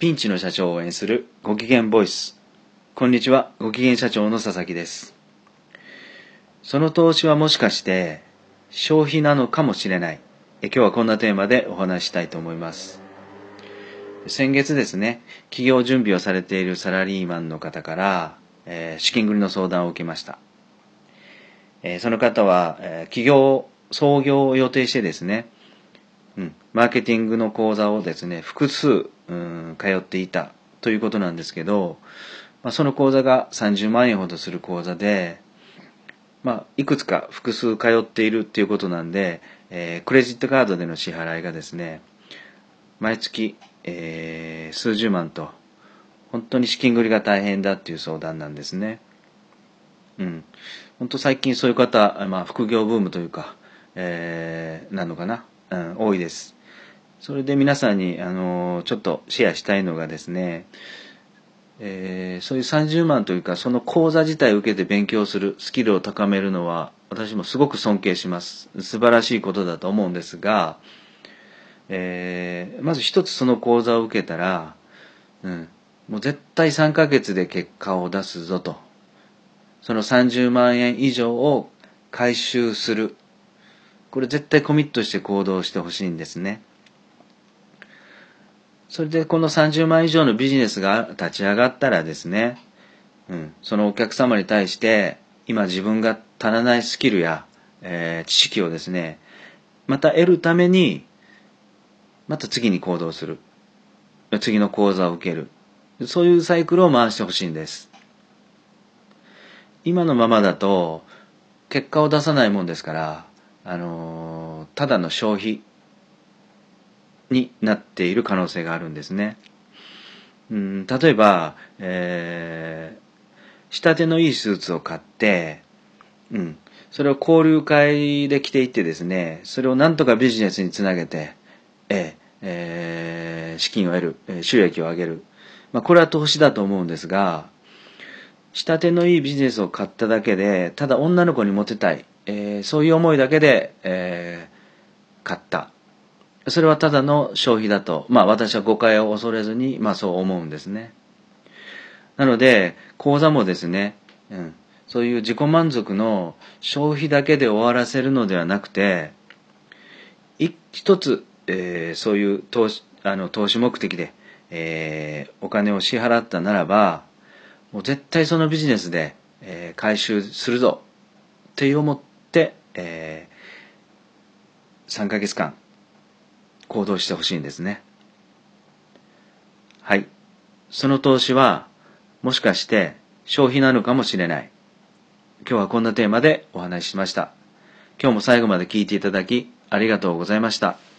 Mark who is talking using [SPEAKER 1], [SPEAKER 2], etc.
[SPEAKER 1] ピンチの社長を応援するご機嫌ボイス。こんにちは、ご機嫌社長の佐々木です。その投資はもしかして消費なのかもしれない。今日はこんなテーマでお話したいと思います。先月ですね、起業準備をされているサラリーマンの方から、資金繰りの相談を受けました。その方は、創業を予定してですね、マーケティングの講座をですね、複数、通っていたということなんですけど、その講座が30万円ほどする講座で、いくつか複数通っているっていうことなんで、クレジットカードでの支払いがですね、毎月、数十万と、本当に資金繰りが大変だっていう相談なんですね。本当最近そういう方、副業ブームというか、なのかな、多いです。それで皆さんに、ちょっとシェアしたいのがですね、そういう30万というか、その講座自体を受けて勉強する、スキルを高めるのは、私もすごく尊敬します。素晴らしいことだと思うんですが、まず一つその講座を受けたら、もう絶対3ヶ月で結果を出すぞと。その30万円以上を回収する。これ絶対コミットして行動してほしいんですね。それでこの30万以上のビジネスが立ち上がったらですね、そのお客様に対して今自分が足らないスキルや、知識をですね、また得るためにまた次に行動する。次の講座を受ける。そういうサイクルを回してほしいんです。今のままだと結果を出さないもんですから、ただの消費になっている可能性があるんですね。例えば、仕立てのいいスーツを買って、それを交流会で着ていってですね、それをなんとかビジネスにつなげて、資金を得る、収益を上げる。これは投資だと思うんですが、仕立てのいいビジネスを買っただけで、ただ女の子にモテたい、そういう思いだけで、買った。それはただの消費だと、私は誤解を恐れずに、そう思うんですね。なので、講座もですね、そういう自己満足の消費だけで終わらせるのではなくて、一つ、そういう投資目的で、お金を支払ったならば、もう絶対そのビジネスで、回収するぞって思って、3ヶ月間行動してほしいんですね。はい。その投資はもしかして消費なのかもしれない。今日はこんなテーマでお話ししました。今日も最後まで聞いていただきありがとうございました。